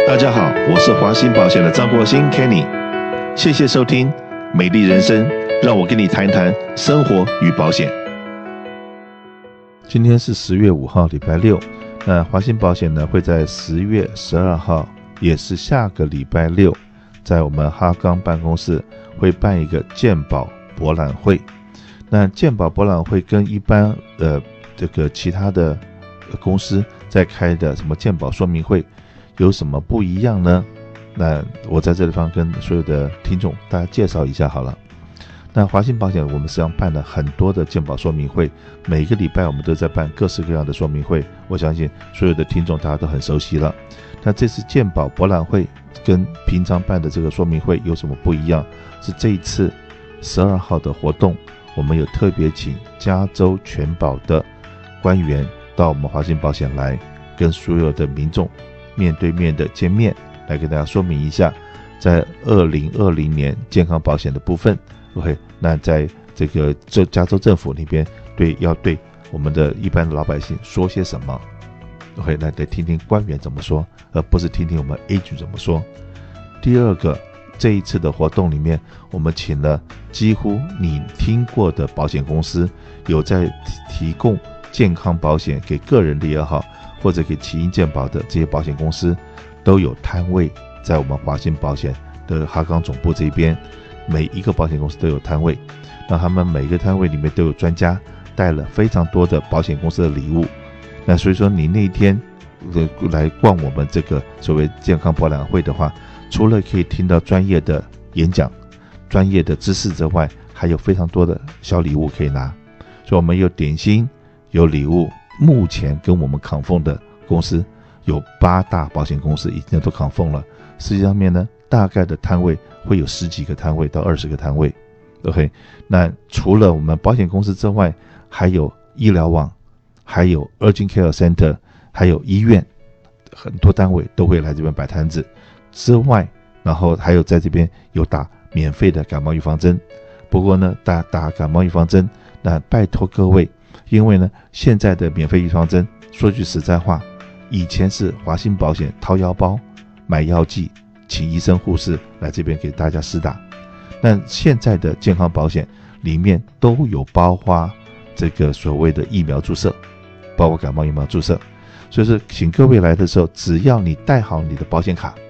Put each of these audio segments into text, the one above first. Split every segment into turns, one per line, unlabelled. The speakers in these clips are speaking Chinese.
大家好，我是华兴保险的张国兴 Kenny， 谢谢收听美丽人生，让我跟你谈谈生活与保险。今天是10月5号，礼拜六。那华兴保险呢会在10月12号，也是下个礼拜六，在我们哈冈办公室会办一个健保博览会。那健保博览会跟一般其他的公司在开的什么健保说明会有什么不一样呢？那我在这地方跟所有的听众大家介绍一下好了。那华兴保险我们实际上办了很多的健保说明会，每个礼拜我们都在办各式各样的说明会，我相信所有的听众大家都很熟悉了。那这次健保博览会跟平常办的这个说明会有什么不一样？是这一次12号的活动，我们有特别请加州全保的官员到我们华兴保险来，跟所有的民众面对面的见面，来跟大家说明一下在2020年健康保险的部分。OK， 那在这个加州政府那边要对我们的一般的老百姓说些什么 ？OK， 那得听听官员怎么说，而不是听听我们 agent 怎么说。第二个，这一次的活动里面，我们请了几乎你听过的保险公司，有在提供健康保险给个人的也好，或者给起因健保的这些保险公司，都有摊位在我们华兴保险的哈冈总部这边。每一个保险公司都有摊位，那他们每个摊位里面都有专家带了非常多的保险公司的礼物。那所以说你那一天来逛我们这个所谓健康博览会的话，除了可以听到专业的演讲、专业的知识之外，还有非常多的小礼物可以拿。所以我们有点心，有礼物。目前跟我们扛凤的公司有8大保险公司已经都扛凤了，实际上面呢，大概的摊位会有10几个摊位到20个摊位。 OK， 那除了我们保险公司之外，还有医疗网，还有 Urgent Care Center， 还有医院，很多单位都会来这边摆摊子之外，然后还有在这边有打免费的感冒预防针。不过呢，打感冒预防针，那拜托各位，因为呢现在的免费预防针，说句实在话，以前是华兴保险掏腰包买药剂，请医生护士来这边给大家施打。那现在的健康保险里面都有包括这个所谓的疫苗注射，包括感冒疫苗注射。所以说请各位来的时候，只要你带好你的保险卡，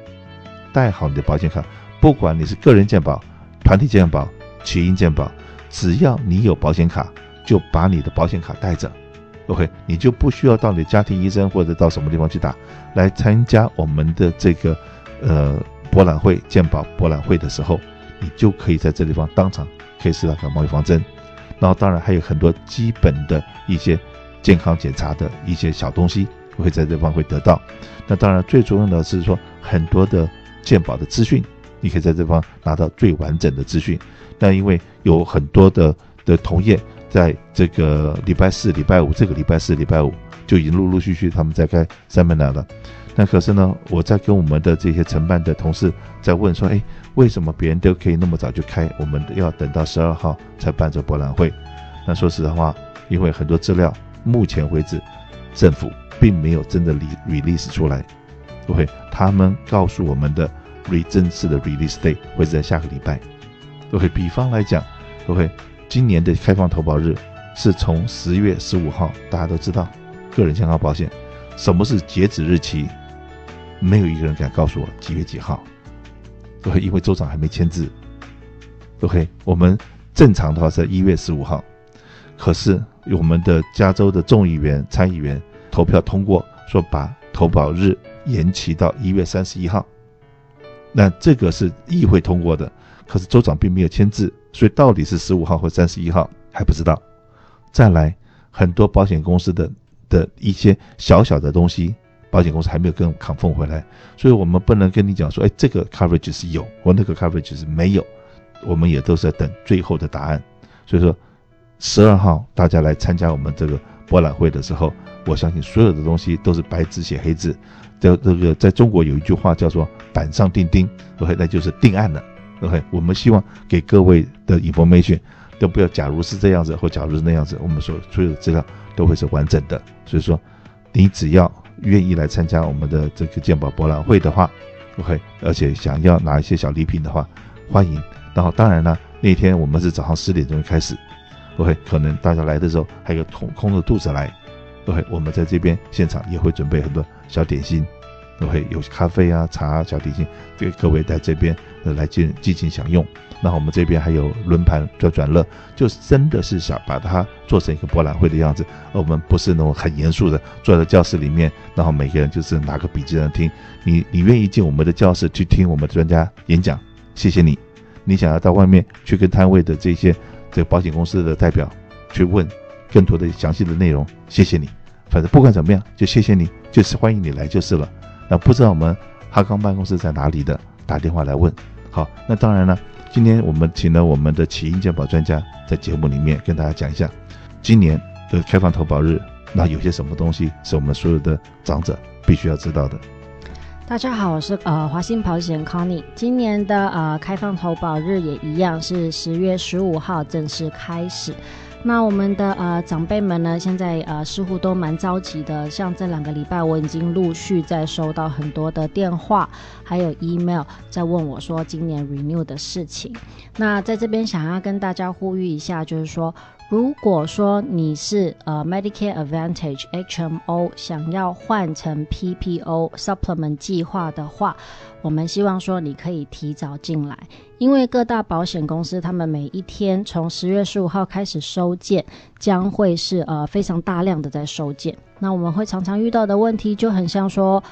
不管你是个人健保、团体健保、起因健保，只要你有保险卡，就把你的保险卡带着。 OK， 你就不需要到你家庭医生或者到什么地方去打，来参加我们的这个博览会健保博览会的时候，你就可以在这地方当场可以施打感冒预防针。然后当然还有很多基本的一些健康检查的一些小东西会在这地方会得到。那当然最重要的是说，很多的健保的资讯你可以在这地方拿到最完整的资讯。那因为有很多的同业在这个礼拜4、礼拜5，这个礼拜4、礼拜5就已经陆陆续续他们在开seminar了。那可是呢，我在跟我们的这些承办的同事在问说，为什么别人都可以那么早就开，我们要等到12号才办这博览会？那说实在话，因为很多资料目前为止政府并没有真的release 出来。OK， 他们告诉我们的正式的 release day 会是在下个礼拜。OK， 比方来讲 ，OK， 今年的开放投保日是从10月15号，大家都知道个人健康保险什么是截止日期，没有一个人敢告诉我几月几号。OK， 因为州长还没签字。OK， 我们正常的话是1月15号，可是我们的加州的众议员、参议员投票通过，说把投保日延期到1月31号。那这个是议会通过的，可是州长并没有签字，所以到底是15号或31号还不知道。再来，很多保险公司的一些小小的东西，保险公司还没有跟confirm回来，所以我们不能跟你讲说，这个 coverage 是有，或那个 coverage 是没有，我们也都是在等最后的答案。所以说12号大家来参加我们这个博览会的时候，我相信所有的东西都是白纸写黑字。这个在中国有一句话叫做板上钉钉 ，OK， 那就是定案了。OK， 我们希望给各位的 information 都不要假如是这样子或假如是那样子，我们所有的资料都会是完整的。所以说你只要愿意来参加我们的这个健保博览会的话 OK， 而且想要拿一些小礼品的话，欢迎。然后当然了，那天我们是早上10点钟开始 OK， 可能大家来的时候还有空着肚子来 OK， 我们在这边现场也会准备很多小点心 OK， 有咖啡啊茶啊小点心给各位在这边来进行享用。那我们这边还有轮盘转乐，就真的是想把它做成一个博览会的样子，而我们不是那种很严肃的坐在教室里面，然后每个人就是拿个笔记在听。你愿意进我们的教室去听我们的专家演讲，谢谢你。你想要到外面去跟摊位的这个保险公司的代表去问更多的详细的内容，谢谢你。反正不管怎么样，就谢谢你，就是欢迎你来就是了。那不知道我们哈刚办公室在哪里的，打电话来问。好，那当然了，今天我们请了我们的启英健保专家在节目里面跟大家讲一下今年的开放投保日，那有些什么东西是我们所有的长者必须要知道的。
大家好，我是华信保险 Connie。今年的开放投保日也一样是10月15号正式开始。那我们的长辈们呢，现在似乎都蛮着急的，像这2个礼拜我已经陆续在收到很多的电话还有 email 在问我说今年 renew 的事情。那在这边想要跟大家呼吁一下，就是说如果说你是Medicare Advantage HMO 想要换成 PPO Supplement 计划的话，我们希望说你可以提早进来，因为各大保险公司他们每一天从10月15号开始收件，将会是非常大量的在收件。那我们会常常遇到的问题就很像说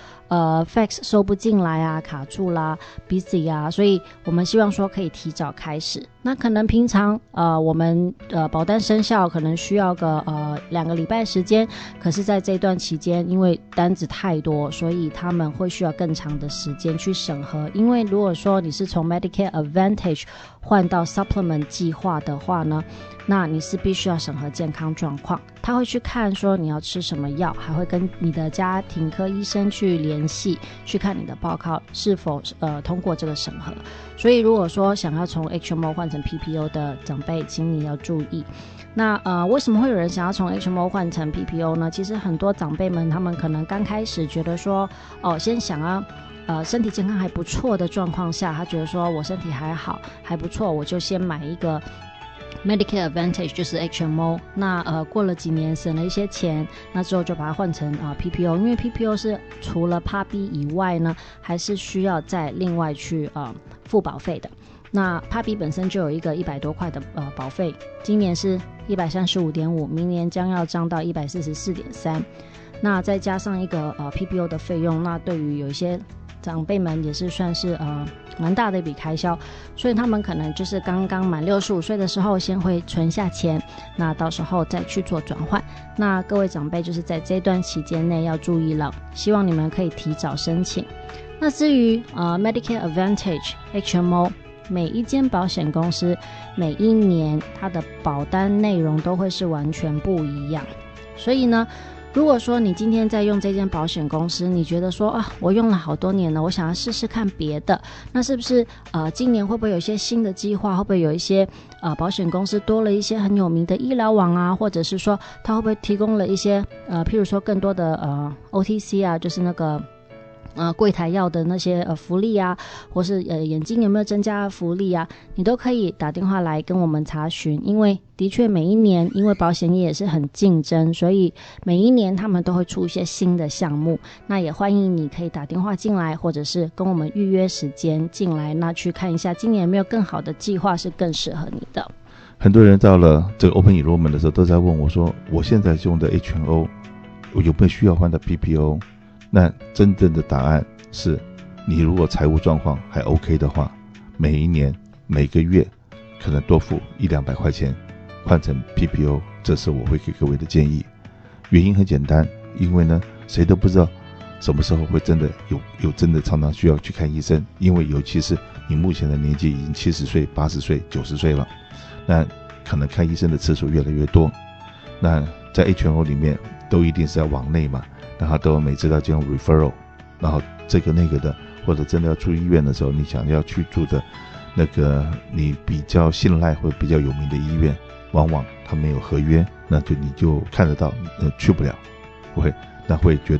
fax 收不进来啊，卡住啦 busy 啊，所以我们希望说可以提早开始。那可能平常我们保单生效可能需要个2个礼拜时间，可是在这段期间因为单子太多，所以他们会需要更长的时间去审核。因为如果说你是从 Medicare Advantage 换到 Supplement 计划的话呢，那你是必须要审核健康状况，他会去看说你要吃什么药，还会跟你的家庭科医生去联系，去看你的报告是否通过这个审核。所以如果说想要从 HMO 换成 PPO 的长辈，请你要注意。那为什么会有人想要从 HMO 换成 PPO 呢？其实很多长辈们他们可能刚开始觉得说先想要身体健康还不错的状况下，他觉得说我身体还好还不错，我就先买一个Medicare Advantage 就是 HMO， 那过了几年省了一些钱，那之后就把它换成PPO， 因为 PPO 是除了 Part B 以外呢，还是需要再另外去付保费的。那 Part B 本身就有一个100多块的保费，今年是 135.5， 明年将要涨到 144.3， 那再加上一个PPO 的费用，那对于有一些长辈们也是算是蛮大的一笔开销，所以他们可能就是刚刚满65岁的时候先会存下钱，那到时候再去做转换。那各位长辈就是在这段期间内要注意了，希望你们可以提早申请。那至于Medicare Advantage HMO， 每一间保险公司每一年它的保单内容都会是完全不一样，所以呢如果说你今天在用这间保险公司，你觉得说我用了好多年了，我想要试试看别的，那是不是今年会不会有一些新的计划，会不会有一些保险公司多了一些很有名的医疗网啊，或者是说它会不会提供了一些譬如说更多的OTC 啊，就是那个柜台要的那些福利啊，或是眼睛有没有增加福利啊，你都可以打电话来跟我们查询。因为的确每一年因为保险业也是很竞争，所以每一年他们都会出一些新的项目，那也欢迎你可以打电话进来，或者是跟我们预约时间进来，那去看一下今年有没有更好的计划是更适合你的。
很多人到了这个 Open Enrollment 的时候都在问我说，我现在用的 HMO 我有没有需要换到 PPO？那真正的答案是，你如果财务状况还 OK 的话，每一年每个月可能多付100-200块钱换成 PPO， 这是我会给各位的建议。原因很简单，因为呢谁都不知道什么时候会真的有真的常常需要去看医生，因为尤其是你目前的年纪已经70岁、80岁、90岁了，那可能看医生的次数越来越多。那在 HMO 里面都一定是要往内嘛，然后都每次都要用 referral， 然后这个那个的，或者真的要住医院的时候，你想要去住的那个你比较信赖或者比较有名的医院，往往他没有合约，那就你就看得到去不了，会觉得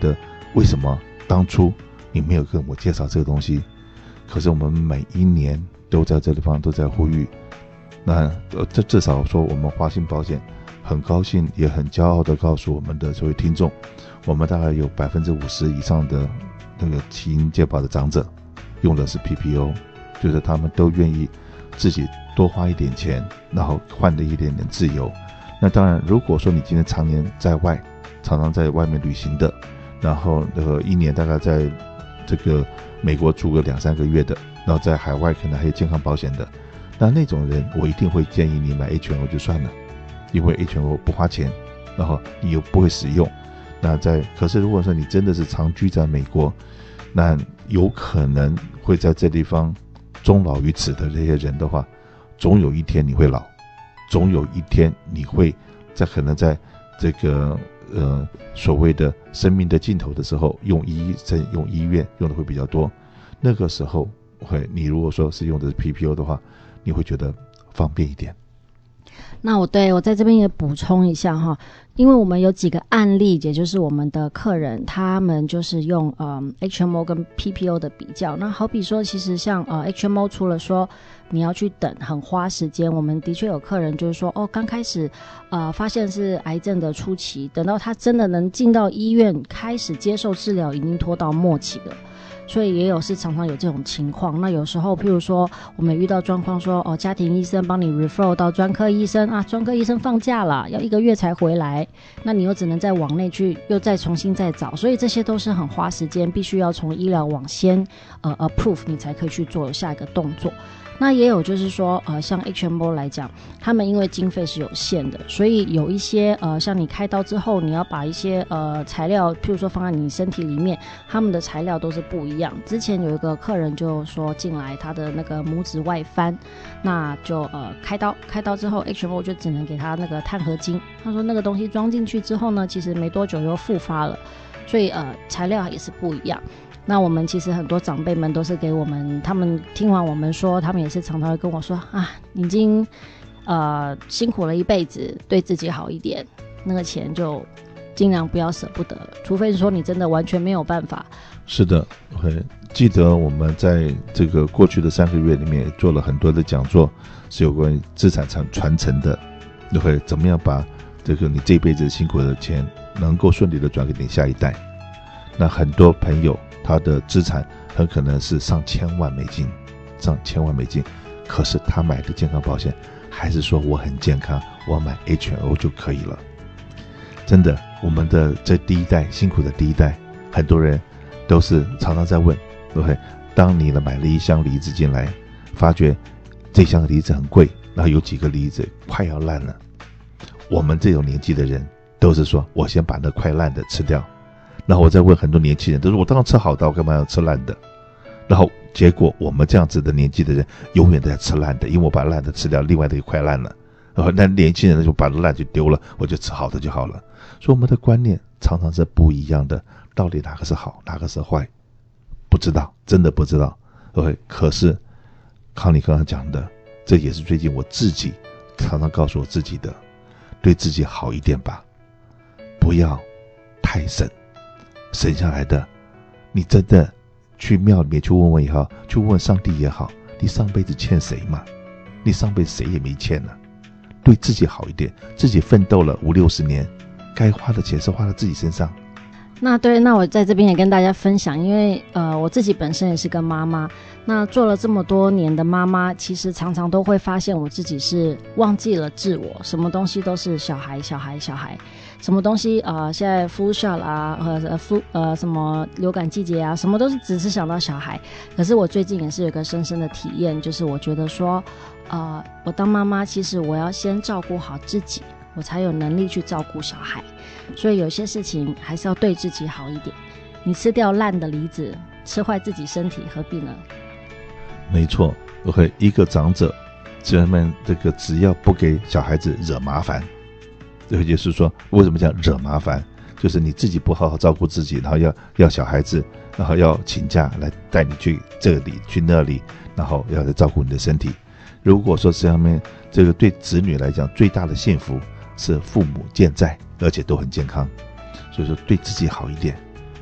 为什么当初你没有跟我介绍这个东西？可是我们每一年都在这地方都在呼吁。那这至少说我们华信保险很高兴也很骄傲的告诉我们的所有听众，我们大概有50%以上的那个基因健保的长者用的是 PPO， 就是他们都愿意自己多花一点钱，然后换了一点点自由。那当然如果说你今天常年在外，常常在外面旅行的，然后一年大概在这个美国住个2-3个月的，然后在海外可能还有健康保险的，那种人我一定会建议你买 HMO 就算了，因为 HMO 不花钱，然后你又不会使用。可是如果说你真的是长居在美国，那有可能会在这地方终老于此的这些人的话，总有一天你会老，总有一天你会可能在这个所谓的生命的尽头的时候，用医院用的会比较多。那个时候你如果说是用的是 PPO 的话，你会觉得方便一点。
那我在这边也补充一下哈，因为我们有几个案例，也就是我们的客人他们就是用HMO 跟 PPO 的比较。那好比说其实像HMO 除了说你要去等很花时间，我们的确有客人就是说刚开始发现是癌症的初期，等到他真的能进到医院开始接受治疗，已经拖到末期了。所以也有常常有这种情况。那有时候譬如说我们遇到状况说家庭医生帮你 refer 到专科医生专科医生放假了，要1个月才回来，那你又只能再往内去又再重新再找，所以这些都是很花时间，必须要从医疗网先approve 你才可以去做下一个动作。那也有就是说像 HMO 来讲，他们因为经费是有限的，所以有一些像你开刀之后你要把一些材料譬如说放在你身体里面，他们的材料都是不一样。之前有一个客人就说进来他的那个拇指外翻，那就开刀之后 HMO 就只能给他那个钛合金，他说那个东西装进去之后呢，其实没多久又复发了，所以材料也是不一样。那我们其实很多长辈们都是给我们，他们听完我们说，他们也是常常会跟我说已经辛苦了一辈子，对自己好一点，那个钱就尽量不要舍不得，除非是说你真的完全没有办法。
是的，记得我们在这个过去的3个月里面也做了很多的讲座，是有关于资产传承的，怎么样把这个你这辈子辛苦的钱能够顺利的转给你下一代。那很多朋友他的资产很可能是上千万美金，可是他买的健康保险还是说我很健康，我买 HMO 就可以了。真的，我们的这第一代辛苦的第一代，很多人都是常常在问，当你买了一箱梨子进来，发觉这箱梨子很贵，然后有几个梨子快要烂了，我们这种年纪的人都是说我先把那快烂的吃掉，然后我再问很多年轻人，都说我当然吃好的，我干嘛要吃烂的？然后结果我们这样子的年纪的人永远都在吃烂的，因为我把烂的吃掉，另外的也快烂了，然后那年轻人就把烂就丢了，我就吃好的就好了。所以我们的观念常常是不一样的，到底哪个是好，哪个是坏，不知道，真的不知道。可是康妮刚刚讲的，这也是最近我自己常常告诉我自己的，对自己好一点吧，不要太省下来的，你真的去庙里面去问问也好，去问上帝也好，你上辈子欠谁嘛？你上辈子谁也没欠呢。对自己好一点，自己奋斗了50-60年，该花的钱是花在自己身上。
那我在这边也跟大家分享，因为我自己本身也是个妈妈，那做了这么多年的妈妈，其实常常都会发现我自己是忘记了自我，什么东西都是小孩，什么东西现在 flu shot 什么流感季节什么都是只是想到小孩。可是我最近也是有一个深深的体验，就是我觉得说我当妈妈，其实我要先照顾好自己，我才有能力去照顾小孩。所以有些事情还是要对自己好一点，你吃掉烂的梨子，吃坏自己身体，何必呢？
没错，一个长者人们只要不给小孩子惹麻烦，也就是说为什么叫惹麻烦，就是你自己不好好照顾自己，然后要小孩子，然后要请假来带你去这里去那里，然后要来照顾你的身体。如果说这上面对子女来讲最大的幸福是父母健在，而且都很健康，所以说对自己好一点，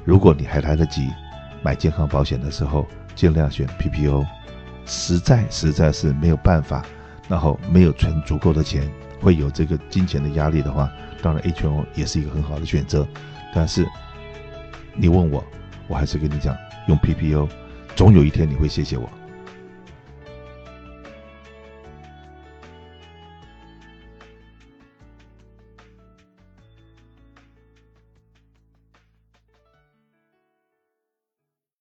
如果你还来得及买健康保险的时候，尽量选 PPO。实在是没有办法，然后没有存足够的钱，会有这个金钱的压力的话，当然 HMO 也是一个很好的选择。但是你问我，我还是跟你讲，用 PPO，总有一天你会谢谢我。